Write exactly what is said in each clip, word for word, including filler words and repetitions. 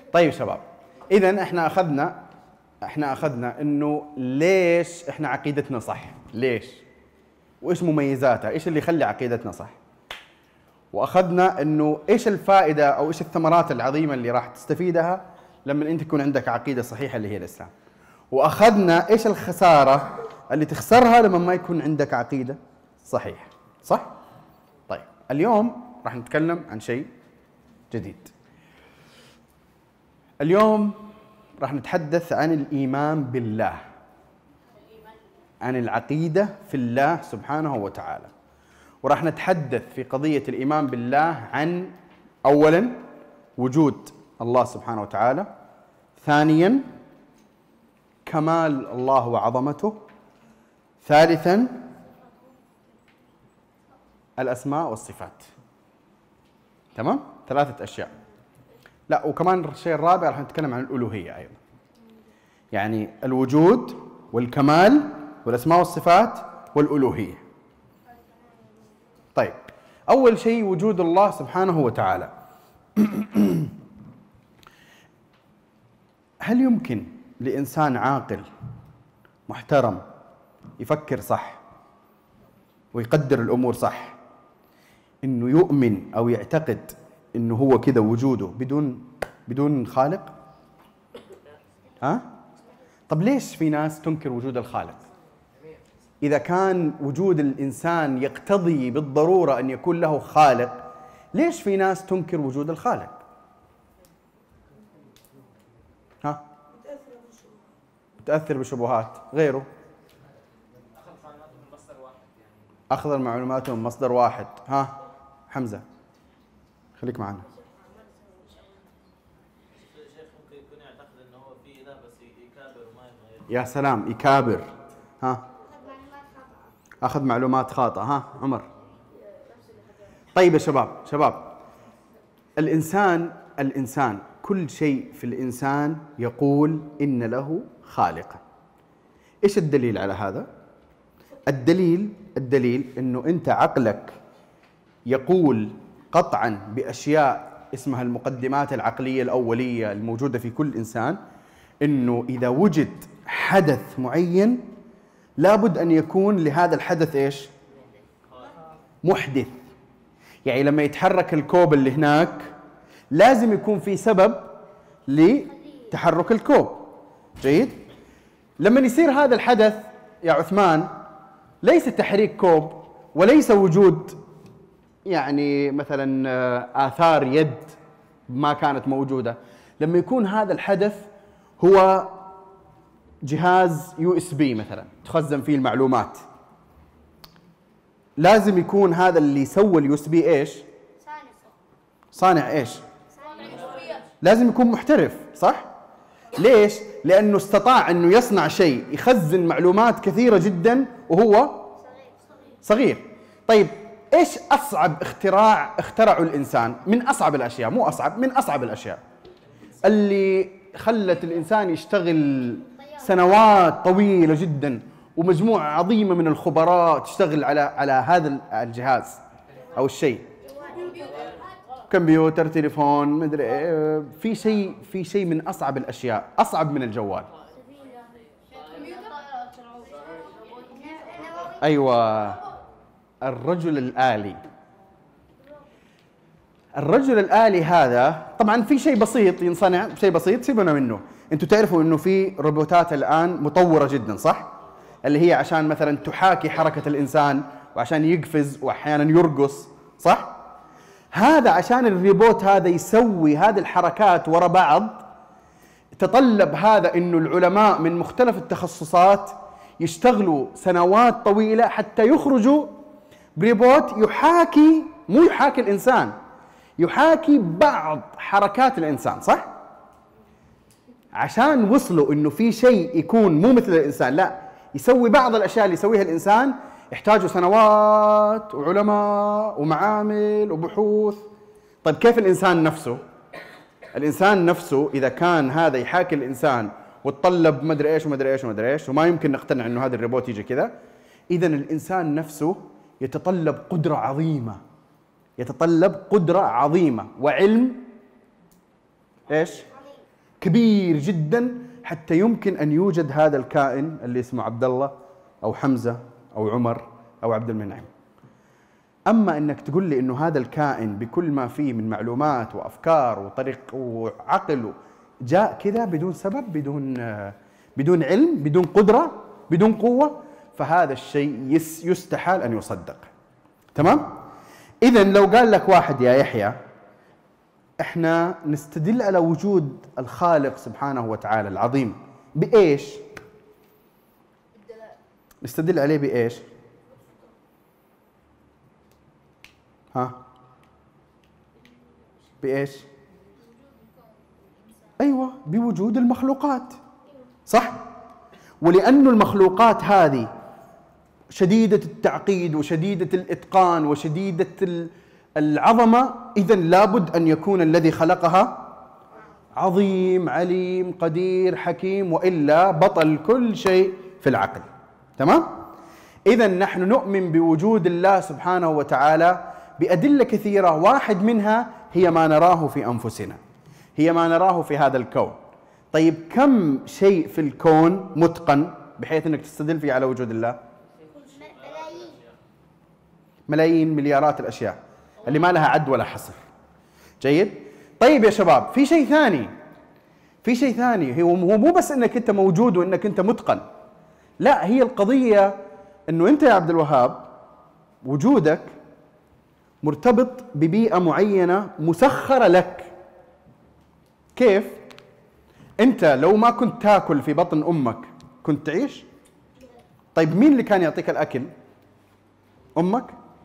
طيب شباب، إذا احنا أخذنا احنا أخذنا إنه ليش احنا عقيدتنا صح؟ ليش؟ وإيش مميزاتها؟ إيش اللي يخلي عقيدتنا صح؟ وأخذنا إنه إيش الفائدة أو إيش الثمرات العظيمة اللي راح تستفيدها لما أنت يكون عندك عقيدة صحيحة اللي هي الإسلام. وأخذنا إيش الخسارة اللي تخسرها لما ما يكون عندك عقيدة صحيحة، صح؟ طيب، اليوم راح نتكلم عن شيء جديد. اليوم راح نتحدث عن الإيمان بالله، عن العقيدة في الله سبحانه وتعالى. وراح نتحدث في قضية الإيمان بالله عن أولاً وجود الله سبحانه وتعالى، ثانياً كمال الله وعظمته، ثالثاً الأسماء والصفات. تمام؟ ثلاثة أشياء. لا، وكمان الشيء الرابع راح نتكلم عن الألوهية أيضاً، يعني الوجود والكمال والأسماء والصفات والألوهية. طيب، أول شيء وجود الله سبحانه وتعالى. هل يمكن لإنسان عاقل محترم يفكر صح ويقدر الأمور صح إنه يؤمن أو يعتقد إنه هو كذا وجوده بدون بدون خالق؟ ها؟ طب ليش في ناس تنكر وجود الخالق؟ إذا كان وجود الإنسان يقتضي بالضرورة أن يكون له خالق، ليش في ناس تنكر وجود الخالق؟ ها؟ متأثر بشبهات. غيره؟ أخذ المعلومات من مصدر واحد. ها؟ حمزة خليك معنا. يا سلام، يكابر. ها؟ أخذ معلومات خاطئة. ها عمر؟ طيب يا شباب، شباب الإنسان الإنسان كل شيء في الإنسان يقول إن له خالقا. إيش الدليل على هذا؟ الدليل الدليل إنه أنت عقلك يقول قطعا بأشياء اسمها المقدمات العقلية الأولية الموجودة في كل إنسان، إنه إذا وجد حدث معين لابد أن يكون لهذا الحدث إيش؟ محدث. يعني لما يتحرك الكوب اللي هناك لازم يكون في سبب لتحرك الكوب. جيد؟ لما يصير هذا الحدث يا عثمان ليس تحريك كوب وليس وجود يعني مثلا آثار يد ما كانت موجودة، لما يكون هذا الحدث هو جهاز يو اس بي مثلا تخزن فيه المعلومات، لازم يكون هذا اللي سوى اليو اس بي ايش؟ صانع ايش؟ لازم يكون محترف، صح؟ ليش؟ لأنه استطاع أنه يصنع شيء يخزن معلومات كثيرة جدا وهو صغير. طيب ايش أصعب اختراع اخترعه الإنسان؟ من أصعب الأشياء، مو أصعب، من أصعب الأشياء اللي خلت الإنسان يشتغل سنوات طويلة جدا ومجموعة عظيمة من الخبراء تشتغل على على هذا الجهاز أو الشيء. كمبيوتر، تليفون، مدري ايه، في شيء في شيء من أصعب الأشياء، أصعب من الجوال. أيوة، الرجل الآلي. الرجل الآلي هذا طبعا في شيء بسيط ينصنع، شيء بسيط سيبنا منه. انتم تعرفوا انه في روبوتات الآن مطورة جدا، صح؟ اللي هي عشان مثلا تحاكي حركة الإنسان وعشان يقفز وأحيانا يرقص، صح؟ هذا عشان الروبوت هذا يسوي هذه الحركات ورا بعض تطلب هذا انه العلماء من مختلف التخصصات يشتغلوا سنوات طويلة حتى يخرجوا بريبوت يحاكي، مو يحاكي الإنسان، يحاكي بعض حركات الإنسان، صح؟ عشان وصلوا إنه في شيء يكون مو مثل الإنسان، لا يسوي بعض الأشياء اللي يسويها الإنسان، يحتاجوا سنوات وعلماء ومعامل وبحوث. طيب كيف الإنسان نفسه؟ الإنسان نفسه إذا كان هذا يحاكي الإنسان وتطلب مدري إيش ومدري إيش ومدري إيش وما يمكن نقتنع إنه هذا الروبوت يجي كذا، إذا الإنسان نفسه يتطلب قدرة عظيمة، يتطلب قدرة عظيمة وعلم إيش؟ كبير جدا حتى يمكن أن يوجد هذا الكائن اللي اسمه عبد الله أو حمزة أو عمر أو عبد المنعم. أما أنك تقول لي أنه هذا الكائن بكل ما فيه من معلومات وأفكار وطريق وعقل جاء كذا بدون سبب، بدون بدون علم، بدون قدرة، بدون قوة، فهذا الشيء يستحال أن يصدق. تمام؟ إذن لو قال لك واحد يا يحيى إحنا نستدل على وجود الخالق سبحانه وتعالى العظيم بإيش؟ نستدل عليه بإيش؟ ها؟ بإيش؟ أيوة، بوجود المخلوقات، صح؟ ولأن المخلوقات هذه شديدة التعقيد وشديدة الإتقان وشديدة العظمة، إذن لابد أن يكون الذي خلقها عظيم عليم قدير حكيم، وإلا بطل كل شيء في العقل. تمام؟ إذن نحن نؤمن بوجود الله سبحانه وتعالى بأدلة كثيرة، واحد منها هي ما نراه في أنفسنا، هي ما نراه في هذا الكون. طيب كم شيء في الكون متقن بحيث أنك تستدل فيه على وجود الله؟ ملايين ملايين مليارات الأشياء اللي ما لها عد ولا حصر. جيد؟ طيب يا شباب، في شيء ثاني، في شيء ثاني هو مو بس أنك أنت موجود وأنك أنت متقن، لا، هي القضية أنه أنت يا عبد الوهاب وجودك مرتبط ببيئة معينة مسخرة لك. كيف؟ أنت لو ما كنت تاكل في بطن أمك كنت تعيش؟ طيب مين اللي كان يعطيك الأكل؟ أمك؟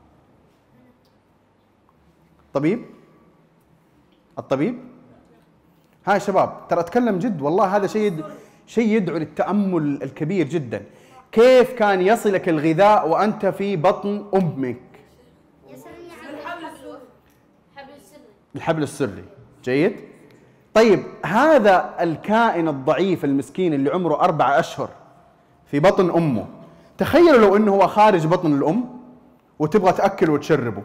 طبيب؟ الطبيب؟ ها يا شباب ترى أتكلم جد والله، هذا شيء شيء يدعو للتأمل الكبير جدا. كيف كان يصلك الغذاء وأنت في بطن أمك؟ الحبل السري. جيد؟ طيب هذا الكائن الضعيف المسكين اللي عمره أربعة أشهر في بطن أمه، تخيلوا لو أنه هو خارج بطن الأم وتبغى تأكل وتشربه،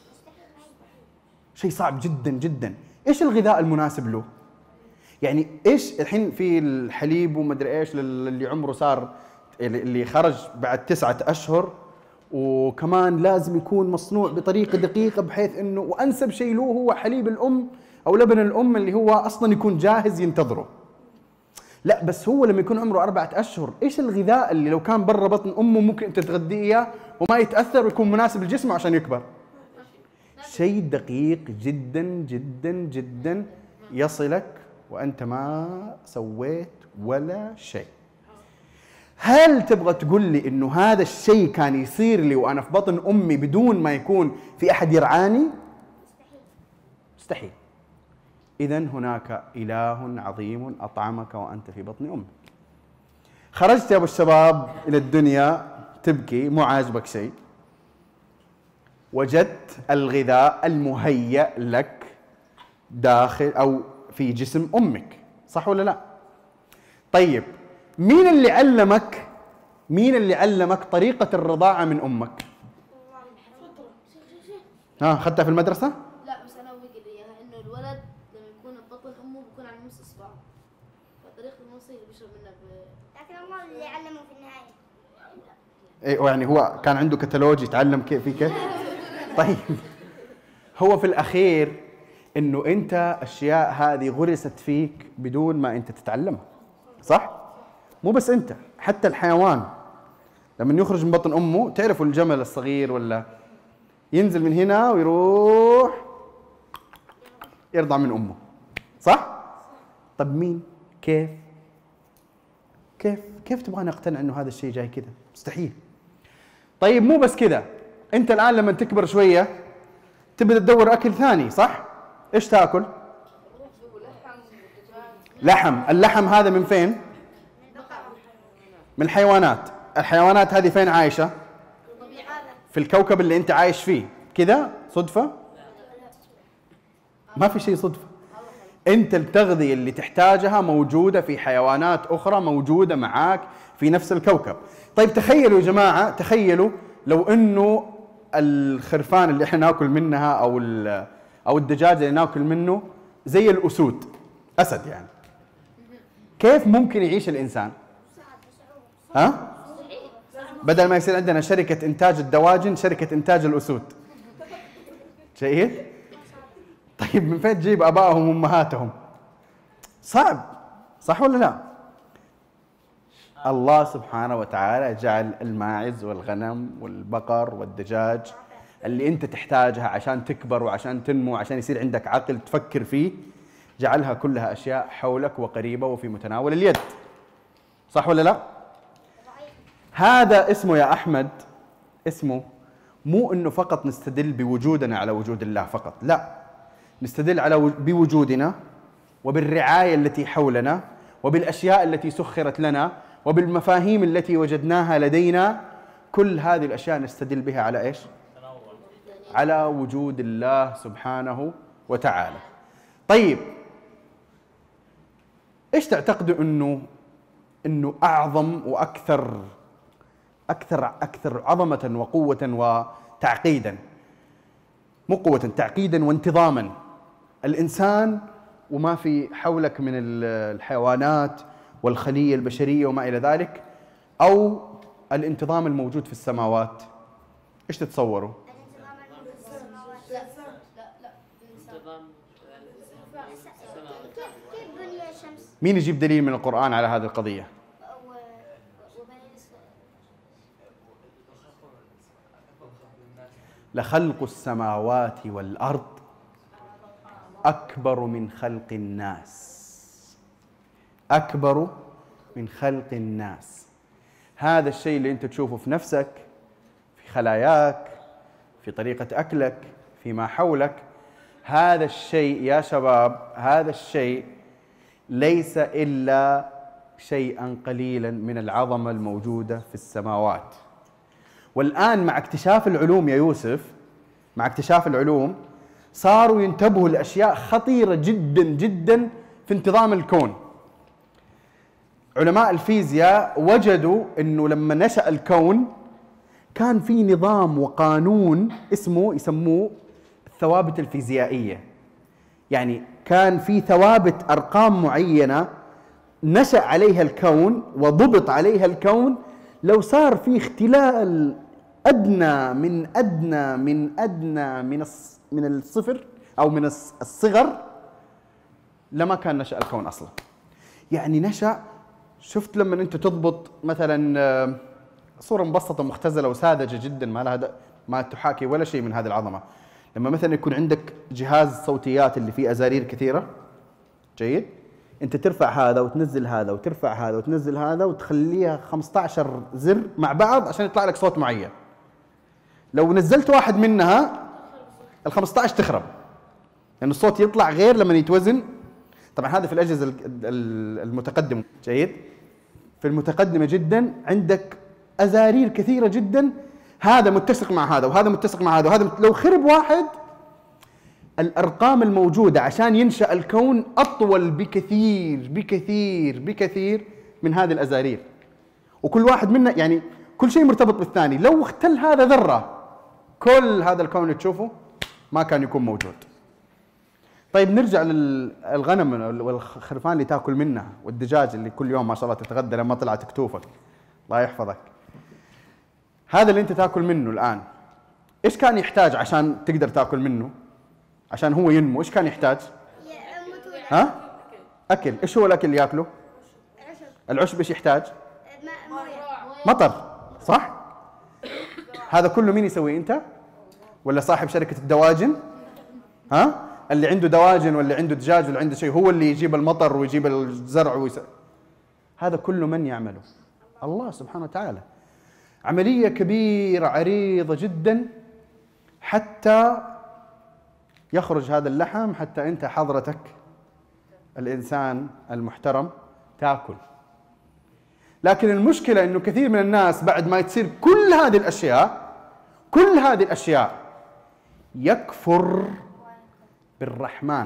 شيء صعب جدا جدا. إيش الغذاء المناسب له؟ يعني إيش الحين في الحليب ومدري إيش اللي عمره صار اللي خرج بعد تسعة أشهر، وكمان لازم يكون مصنوع بطريقة دقيقة بحيث أنه وأنسب شيء له هو حليب الأم أو لبن الأم اللي هو أصلا يكون جاهز ينتظره. لا بس هو لما يكون عمره أربعة أشهر، إيش الغذاء اللي لو كان برا بطن أمه ممكن أنت تغذيه إياه وما يتأثر ويكون مناسب لجسمه عشان يكبر؟ شيء دقيق جدا جدا جدا يصلك وأنت ما سويت ولا شيء. هل تبغى تقول لي إنه هذا الشيء كان يصير لي وأنا في بطن أمي بدون ما يكون في أحد يرعاني؟ مستحيل. إذن هناك إله عظيم أطعمك وأنت في بطن أمك. خرجت يا أبو الشباب إلى الدنيا تبكي، مو عاجبك شيء، وجدت الغذاء المهيأ لك داخل أو في جسم أمك، صح ولا لا؟ طيب مين اللي علمك مين اللي علمك طريقة الرضاعة من أمك؟ ها أخذتها في المدرسة؟ لا بس أنا أوجد إياها إنه الولد لما يكون ببطن أمه بيكون على نص إصبعه، فطريقة المصي اللي بيشرب منها ب... لكن الله اللي علمه في النهاية. إيه يعني هو كان عنده كتالوج يتعلم كيف في كيف؟ طيب هو في الأخير إنه أنت أشياء هذه غرست فيك بدون ما أنت تتعلمها، صح؟ مو بس أنت، حتى الحيوان لما يخرج من بطن أمه، تعرفوا الجمل الصغير ولا ينزل من هنا ويروح يرضع من أمه، صح؟ طب مين؟ كيف؟ كيف؟ كيف تبغى نقتنع إنه هذا الشيء جاي كذا؟ مستحيل. طيب مو بس كذا، أنت الآن لما تكبر شوية تبدأ تدور أكل ثاني، صح؟ إيش تاكل؟ لحم. اللحم هذا من فين؟ من الحيوانات. الحيوانات هذه فين عايشة؟ في الكوكب اللي أنت عايش فيه. كذا صدفة؟ ما في شيء صدفة. أنت التغذية اللي تحتاجها موجودة في حيوانات أخرى موجودة معاك في نفس الكوكب. طيب تخيلوا يا جماعة، تخيلوا لو أنه الخرفان اللي احنا ناكل منها أو أو الدجاج اللي ناكل منه زي الأسود، أسد يعني، كيف ممكن يعيش الإنسان؟ ها؟ بدل ما يصير عندنا شركة إنتاج الدواجن شركة إنتاج الأسود. جيد؟ طيب من فين تجيب آبائهم وأمهاتهم؟ صعب، صح ولا لا؟ الله سبحانه وتعالى جعل الماعز والغنم والبقر والدجاج اللي أنت تحتاجها عشان تكبر وعشان تنمو وعشان يصير عندك عقل تفكر فيه، جعلها كلها أشياء حولك وقريبة وفي متناول اليد. صح ولا لا؟ هذا اسمه يا أحمد، اسمه مو إنه فقط نستدل بوجودنا على وجود الله فقط، لا، نستدل على بوجودنا وبالرعاية التي حولنا وبالأشياء التي سخرت لنا وبالمفاهيم التي وجدناها لدينا. كل هذه الأشياء نستدل بها على إيش؟ على وجود الله سبحانه وتعالى. طيب إيش تعتقدوا إنه إنه أعظم وأكثر أكثر أكثر عظمة وقوة وتعقيدا، مو قوة، تعقيدا وانتظاما، الإنسان وما في حولك من الحيوانات والخلية البشرية وما إلى ذلك، أو الانتظام الموجود في السماوات؟ إيش تتصوروا؟ مين يجيب دليل من القرآن على هذه القضية؟ لخلق السماوات والأرض أكبر من خلق الناس، أكبر من خلق الناس. هذا الشيء اللي أنت تشوفه في نفسك، في خلاياك، في طريقة أكلك، فيما حولك، هذا الشيء يا شباب، هذا الشيء ليس إلا شيئا قليلا من العظمة الموجودة في السماوات. والآن مع اكتشاف العلوم يا يوسف، مع اكتشاف العلوم صاروا ينتبهوا لأشياء خطيرة جدا جدا في انتظام الكون. علماء الفيزياء وجدوا أنه لما نشأ الكون كان في نظام وقانون اسمه، يسموه الثوابت الفيزيائية. يعني كان في ثوابت أرقام معينة نشأ عليها الكون وضبط عليها الكون. لو صار في اختلال أدنى من أدنى من أدنى من من الصفر أو من الصغر لما كان نشأ الكون أصلا. يعني نشأ، شفت لما أنت تضبط مثلا صورة مبسطة مختزلة وساذجة جدا ما لها ما تحاكي ولا شيء من هذه العظمة، لما مثلا يكون عندك جهاز صوتيات اللي فيه أزارير كثيرة، جيد، أنت ترفع هذا وتنزل هذا وترفع هذا وتنزل هذا وتخليها خمسة عشر زر مع بعض عشان يطلع لك صوت معين. لو نزلت واحد منها ال خمسة عشر تخرب، لأن الصوت يطلع غير لما يتوزن. طبعا هذا في الأجهزة المتقدمة، جيد، في المتقدمة جدا عندك أزارير كثيرة جدا، هذا متسق مع هذا وهذا متسق مع هذا وهذا مت... لو خرب واحد الأرقام الموجودة عشان ينشأ الكون أطول بكثير بكثير بكثير من هذه الأزارير، وكل واحد منا يعني كل شيء مرتبط بالثاني. لو اختل هذا ذرة كل هذا الكون اللي تشوفه ما كان يكون موجود. طيب نرجع للغنم والخرفان اللي تاكل منها والدجاج اللي كل يوم ما شاء الله تتغدى لما طلعت كتوفك، الله يحفظك. هذا اللي انت تاكل منه الآن ايش كان يحتاج عشان تقدر تاكل منه؟ عشان هو ينمو ايش كان يحتاج؟ ها؟ أكل. ايش هو الأكل اللي ياكله؟ العشب. العشب ايش يحتاج؟ مطر، صح؟ هذا كله مين يسويه؟ انت؟ ولا صاحب شركة الدواجن؟ ها؟ اللي عنده دواجن واللي عنده دجاج واللي عنده شيء هو اللي يجيب المطر ويجيب الزرع ويس... هذا كله من يعمله؟ الله سبحانه وتعالى. عملية كبيرة عريضة جدا حتى يخرج هذا اللحم، حتى أنت حضرتك الإنسان المحترم تاكل. لكن المشكلة أنه كثير من الناس بعد ما تصير كل هذه الأشياء كل هذه الأشياء يكفر بالرحمن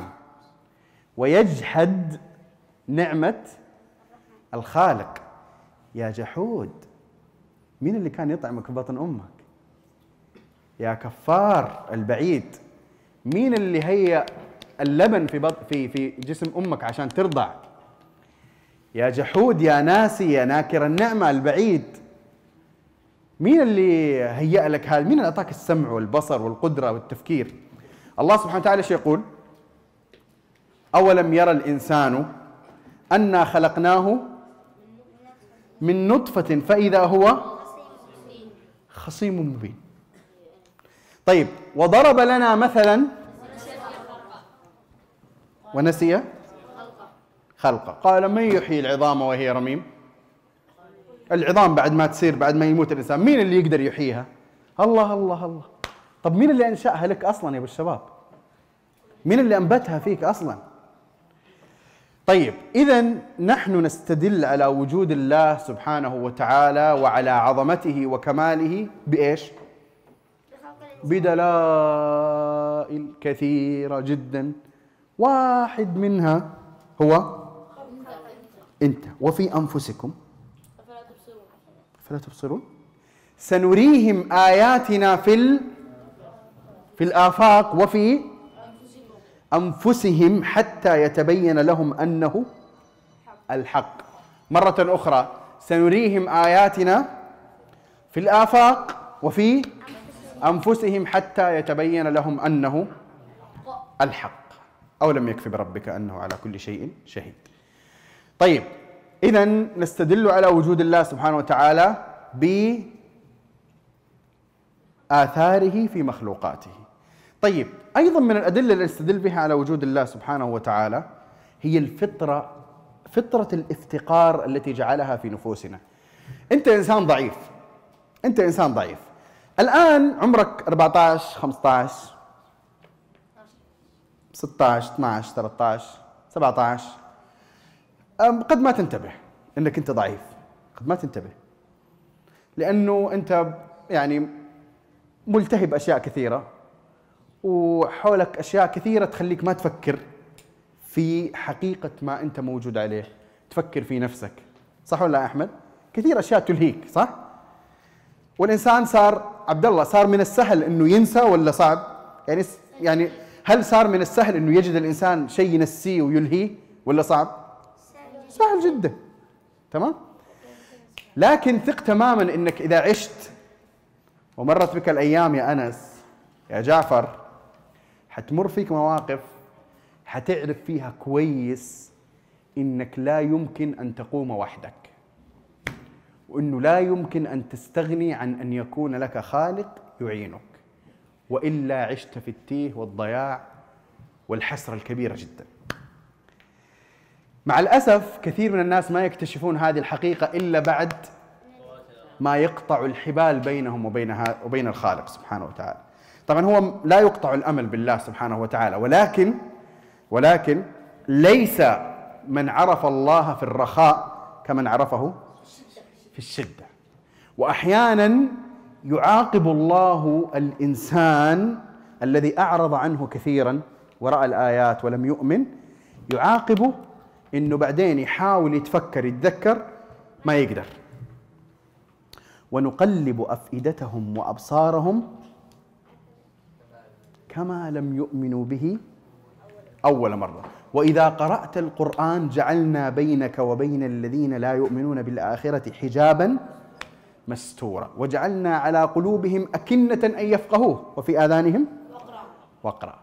ويجحد نعمة الخالق. يا جحود، مين اللي كان يطعمك في بطن أمك؟ يا كفار البعيد، مين اللي هي اللبن في بط... في في جسم أمك عشان ترضع؟ يا جحود يا ناسي يا ناكر النعمة البعيد. مين اللي هيأ لك هذا؟ مين اللي أعطاك السمع والبصر والقدرة والتفكير؟ الله سبحانه وتعالى ايش يقول؟ أولم يرى الإنسان أنا خلقناه من نطفة فإذا هو خصيم مبين. طيب وضرب لنا مثلا ونسي خلقه، قال من يحيي العظام وهي رميم؟ العظام بعد ما تصير، بعد ما يموت الإنسان، مين اللي يقدر يحييها؟ الله الله الله. طب مين اللي أنشأها لك أصلا يا أبو الشباب؟ مين اللي أنبتها فيك أصلا؟ طيب إذا نحن نستدل على وجود الله سبحانه وتعالى وعلى عظمته وكماله بإيش؟ بدلائل كثيرة جدا، واحد منها هو أنت. وفي أنفسكم فلا تبصرون سنريهم آياتنا في ال... في الآفاق وفي أنفسهم حتى يتبين لهم أنه الحق. مرة أخرى سنريهم آياتنا في الآفاق وفي أنفسهم حتى يتبين لهم أنه الحق. أولم يكفي بربك أنه على كل شيء شهيد. طيب إذا نستدل على وجود الله سبحانه وتعالى بآثاره في مخلوقاته. طيب أيضا من الأدلة اللي نستدل بها على وجود الله سبحانه وتعالى هي الفطرة، فطرة الافتقار التي جعلها في نفوسنا. أنت إنسان ضعيف، أنت إنسان ضعيف. الآن عمرك أربعة عشر خمسة عشر ستة عشر اثني عشر ثلاثة عشر سبعة عشر، قد ما تنتبه أنك أنت ضعيف، قد ما تنتبه، لأنه أنت يعني ملتهي بأشياء كثيرة وحولك أشياء كثيرة تخليك ما تفكر في حقيقة ما أنت موجود عليه، تفكر في نفسك. صح ولا لا أحمد؟ كثير أشياء تلهيك، صح؟ والإنسان صار عبد الله صار من السهل إنه ينسى ولا صعب؟ يعني يعني هل صار من السهل إنه يجد الإنسان شيء ينسيه ويلهيه ولا صعب؟ سهل جدا، تمام؟ لكن ثق تماما إنك إذا عشت ومرت بك الأيام يا أنس يا جعفر، حتمر فيك مواقف حتعرف فيها كويس إنك لا يمكن أن تقوم وحدك، وإنه لا يمكن أن تستغني عن أن يكون لك خالق يعينك، وإلا عشت في التيه والضياع والحسرة الكبيرة جدا. مع الأسف كثير من الناس ما يكتشفون هذه الحقيقة إلا بعد ما يقطع الحبال بينهم وبين وبين الخالق سبحانه وتعالى. طبعا هو لا يقطع الأمل بالله سبحانه وتعالى، ولكن ولكن ليس من عرف الله في الرخاء كمن عرفه في الشدة. وأحيانا يعاقب الله الإنسان الذي أعرض عنه كثيرا ورأى الآيات ولم يؤمن، يعاقبه إنه بعدين يحاول يتفكر يتذكر ما يقدر. ونقلب أفئدتهم وأبصارهم كما لم يؤمنوا به أول مرة وإذا قرأت القرآن جعلنا بينك وبين الذين لا يؤمنون بالآخرة حجابا مستورا وجعلنا على قلوبهم أكنة أن يفقهوه وفي آذانهم وقرا.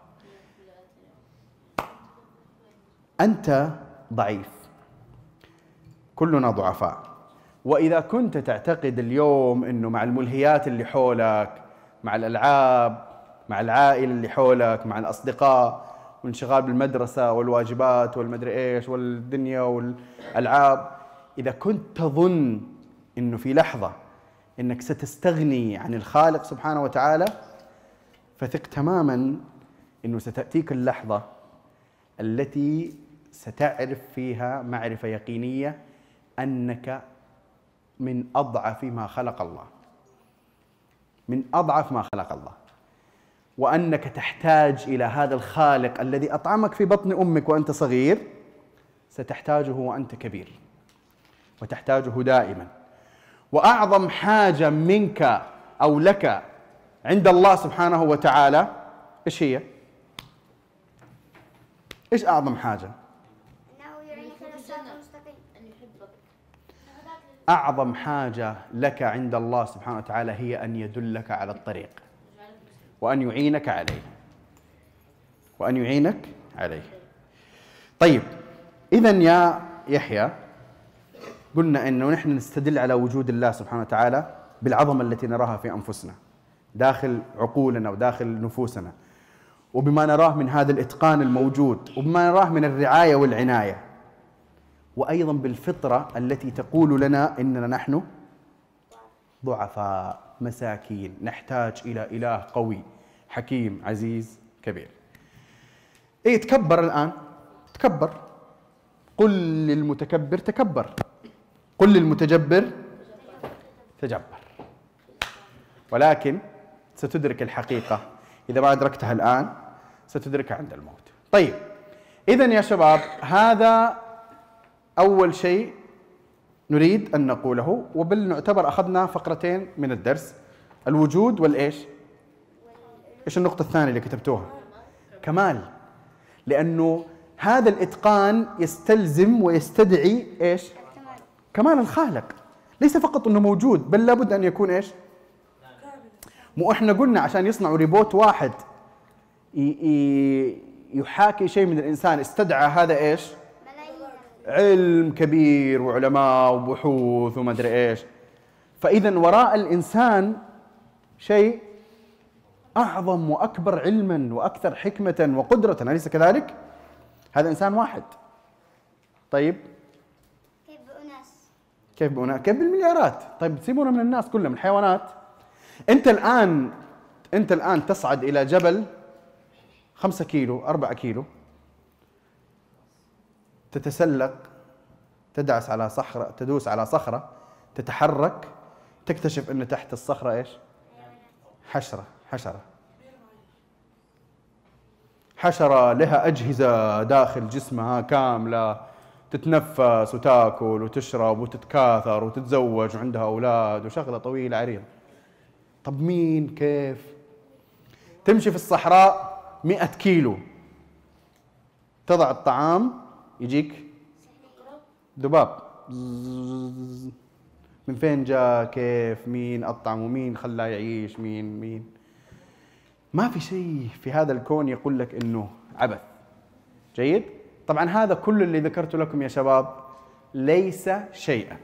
أنت ضعيف، كلنا ضعفاء. وإذا كنت تعتقد اليوم أنه مع الملهيات اللي حولك، مع الألعاب، مع العائلة اللي حولك، مع الأصدقاء وانشغال بالمدرسة والواجبات والمدري إيش والدنيا والألعاب، إذا كنت تظن أنه في لحظة أنك ستستغني عن الخالق سبحانه وتعالى، فثق تماما أنه ستأتيك اللحظة التي ستعرف فيها معرفة يقينية أنك من أضعف ما خلق الله، من أضعف ما خلق الله، وأنك تحتاج إلى هذا الخالق الذي أطعمك في بطن أمك وأنت صغير، ستحتاجه وأنت كبير، وتحتاجه دائما. وأعظم حاجة منك أو لك عند الله سبحانه وتعالى إيش هي؟ إيش أعظم حاجة؟ أنه يعينك على الصراط المستقيم. أن يحبك. أعظم حاجة لك عند الله سبحانه وتعالى هي أن يدلك على الطريق وأن يعينك عليه وأن يعينك عليه. طيب، إذن يا يحيى قلنا أنه نحن نستدل على وجود الله سبحانه وتعالى بالعظمة التي نراها في أنفسنا داخل عقولنا وداخل نفوسنا، وبما نراه من هذا الإتقان الموجود، وبما نراه من الرعاية والعناية، وأيضا بالفطرة التي تقول لنا إننا نحن ضعفاء مساكين نحتاج إلى إله قوي حكيم عزيز كبير. إيه، تكبر الآن، تكبر. قل للمتكبر تكبر، قل للمتجبر تجبر. ولكن ستدرك الحقيقة إذا ما أدركتها الآن ستدركها عند الموت. طيب، إذن يا شباب هذا أول شيء نريد أن نقوله، وبالنعتبر أخذنا فقرتين من الدرس، الوجود والإيش؟ إيش النقطة الثانية اللي كتبتوها؟ كمال. لأنه هذا الإتقان يستلزم ويستدعي إيش؟ كمال الخالق، ليس فقط أنه موجود بل لابد أن يكون إيش؟ مو إحنا قلنا عشان يصنعوا ريبوت واحد يحاكي شيء من الإنسان استدعى هذا إيش؟ علم كبير وعلماء وبحوث وما أدري إيش. فإذا وراء الإنسان شيء أعظم وأكبر علما وأكثر حكمة وقدرة، أليس كذلك؟ هذا إنسان واحد. طيب، كيف بأناس؟ كيف بأناس؟ كيف بالمليارات؟ طيب سيبونا من الناس كلهم، من الحيوانات. أنت الآن أنت الآن تصعد إلى جبل خمسة كيلو أربعة كيلو، تتسلق، تدعس على صخرة، تدوس على صخرة، تتحرك، تكتشف أن تحت الصخرة إيش؟ حشرة حشرة حشرة لها أجهزة داخل جسمها كاملة، تتنفس وتاكل وتشرب وتتكاثر وتتزوج وعندها أولاد وشغلة طويلة عريضة. طب مين كيف؟ تمشي في الصحراء مئة كيلو، تضع الطعام يجيك ذباب، من فين جاء؟ كيف؟ مين أطعمه؟ مين خلاه يعيش؟ مين مين ما في شيء في هذا الكون يقول لك إنه عبث. جيد؟ طبعا هذا كل اللي ذكرته لكم يا شباب ليس شيئا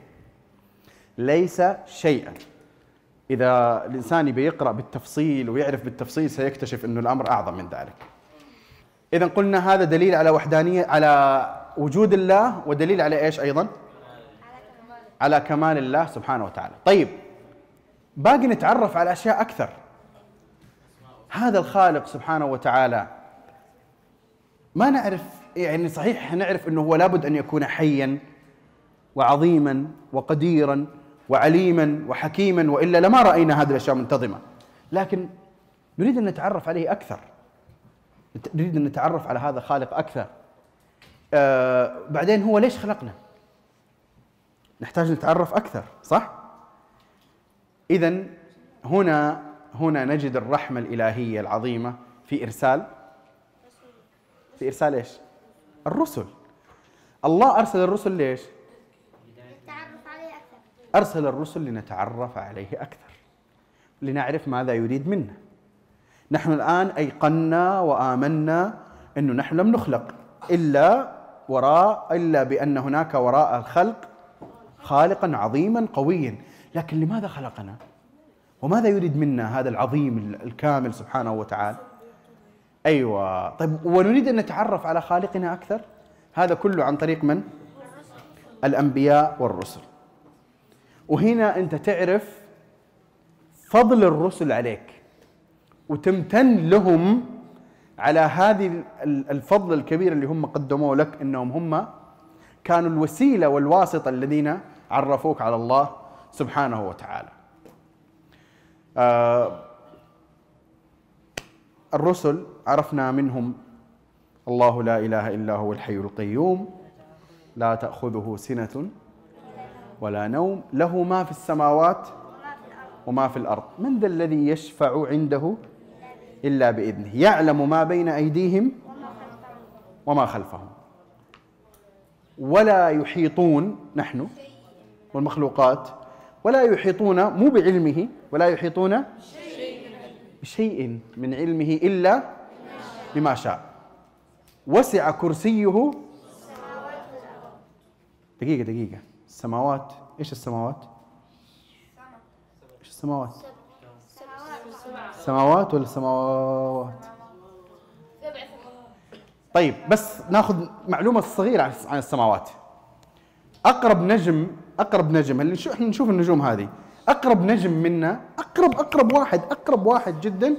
ليس شيئا إذا الإنسان يبي يقرأ بالتفصيل ويعرف بالتفصيل سيكتشف إنه الأمر أعظم من ذلك. إذا قلنا هذا دليل على وحدانية، على وجود الله، ودليل على إيش أيضا؟ على كمال الله سبحانه وتعالى. طيب، باقي نتعرف على أشياء أكثر. هذا الخالق سبحانه وتعالى ما نعرف، يعني صحيح نعرف أنه هو لابد أن يكون حيا وعظيما وقديرا وعليما وحكيما، وإلا لما رأينا هذه الأشياء منتظمة، لكن نريد أن نتعرف عليه أكثر، نريد أن نتعرف على هذا الخالق أكثر. آه بعدين هو ليش خلقنا؟ نحتاج نتعرف أكثر، صح؟ إذن هنا هنا نجد الرحمة الإلهية العظيمة في إرسال في إرسال إيش؟ الرسل. الله أرسل الرسل ليش؟ للتعرف عليه أكثر. أرسل الرسل لنتعرف عليه أكثر، لنعرف ماذا يريد منا. نحن الآن أيقنا وآمنا أنه نحن لم نخلق إلا وراء إلا بأن هناك وراء الخلق خالقا عظيما قويا، لكن لماذا خلقنا؟ وماذا يريد منا هذا العظيم الكامل سبحانه وتعالى؟ أيوة. طيب، ونريد أن نتعرف على خالقنا أكثر، هذا كله عن طريق من؟ الأنبياء والرسل. وهنا أنت تعرف فضل الرسل عليك وتمتن لهم على هذه الفضل الكبير اللي هم قدموه لك، إنهم هم كانوا الوسيلة والواسطة الذين عرفوك على الله سبحانه وتعالى. آه الرسل عرفنا منهم الله لا إله إلا هو الحي القيوم لا تأخذه سنة ولا نوم له ما في السماوات وما في الأرض من ذا الذي يشفع عنده إلا بإذنه يعلم ما بين أيديهم وما خلفهم. ولا يحيطون نحن والمخلوقات ولا يحيطون مو بعلمه ولا يحيطون بشيء من علمه إلا بما شاء. وسع كرسيه دقيقة دقيقة السماوات. إيش السماوات؟ إيش السماوات؟ السماوات ولا السماوات؟ طيب بس ناخذ معلومة صغيرة عن السماوات. أقرب نجم أقرب نجم اللي نشوف احنا نشوف النجوم هذه، أقرب نجم منا أقرب أقرب واحد أقرب واحد جدا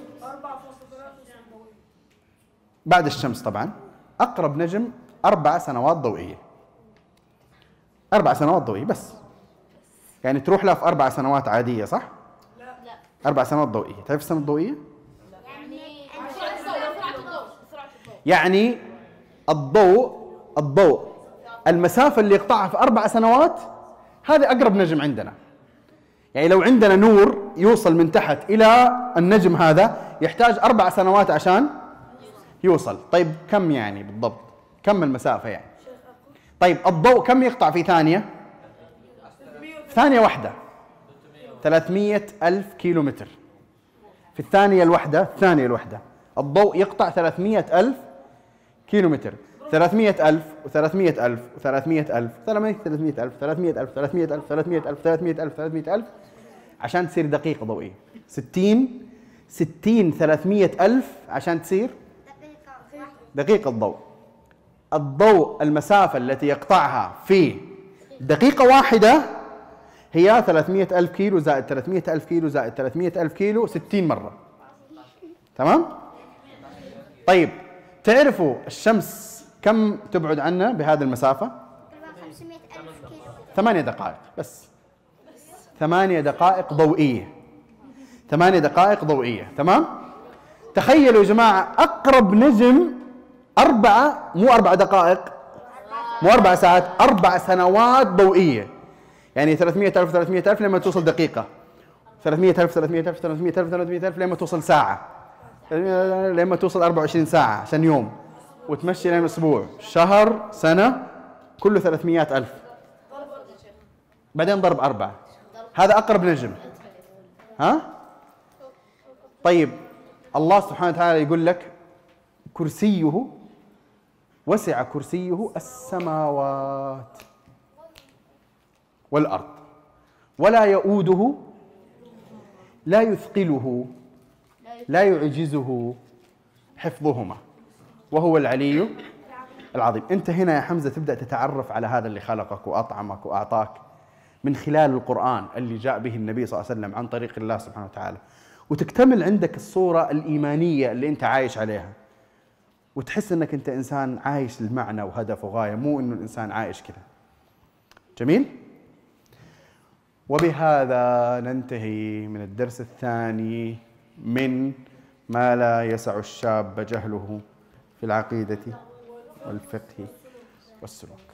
بعد الشمس طبعا، أقرب نجم أربع سنوات ضوئية. أربع سنوات ضوئية بس، يعني تروح له في أربع سنوات عادية صح؟ لا. أربع سنوات ضوئية. تعرف السنة الضوئية؟ يعني سرعة الضوء. يعني الضوء الضوء المسافة اللي يقطعها في أربع سنوات هذه أقرب نجم عندنا. يعني لو عندنا نور يوصل من تحت إلى النجم هذا يحتاج أربع سنوات عشان يوصل. طيب كم يعني بالضبط؟ كم المسافة يعني؟ طيب الضوء كم يقطع في ثانية؟ ثانية واحدة ثلاثمئة ألف كيلو متر في الثانية الواحدة. الثانية الواحدة الضوء يقطع ثلاثمئة ألف كيلو متر. ثلاثمئة ألف وثلاثمئة ألف وثلاثمئة ألف ثلاثمئة ألف ثلاثمئة ألف ثلاثمئة ألف ثلاثمئة ألف ثلاثمئة ألف ثلاثمئة ألف عشان تصير دقيقة ضوئية. ستين ستين ثلاثمئة ألف عشان تصير دقيقة ضوء. الضوء المسافة التي يقطعها في دقيقة واحدة هي ثلاثمئة ألف كيلو زائد ثلاثمئة ألف كيلو زائد ثلاثمئة ألف كيلو ستين مرة. تمام؟ طيب تعرفوا الشمس كم تبعد عنا بهذه المسافة؟ خمسمئة ألف كيلو. ثمانية دقائق بس. ثمانية دقائق ضوئية. ثمانية دقائق ضوئية. تمام؟ تخيلوا يا جماعة أقرب نجم أربعة مو أربع دقائق مو أربع ساعات أربع سنوات ضوئية. يعني ثلاثمئة ألف ثلاثمئة ألف لما توصل دقيقة، ثلاثمئة ألف ثلاثمئة ألف ثلاثمئة ألف ثلاثمئة ألف لما توصل ساعة، لما توصل أربعة وعشرين ساعة عشان يوم، وتمشي لين أسبوع شهر سنة كله ثلاثمئة ألف. بعدين ضرب أربعة. هذا أقرب نجم. ها؟ طيب الله سبحانه وتعالى يقول لك كرسيه وسع كرسيه السماوات والأرض ولا يؤوده لا يثقله لا يعجزه حفظهما وهو العلي العظيم. أنت هنا يا حمزة تبدأ تتعرف على هذا اللي خلقك وأطعمك وأعطاك من خلال القرآن اللي جاء به النبي صلى الله عليه وسلم عن طريق الله سبحانه وتعالى، وتكتمل عندك الصورة الإيمانية اللي أنت عايش عليها، وتحس أنك أنت إنسان عايش للمعنى وهدف وغاية، مو أنه الإنسان عايش كذا. جميل؟ وبهذا ننتهي من الدرس الثاني من ما لا يسع الشاب جهله في العقيدة والفقه والسلوك.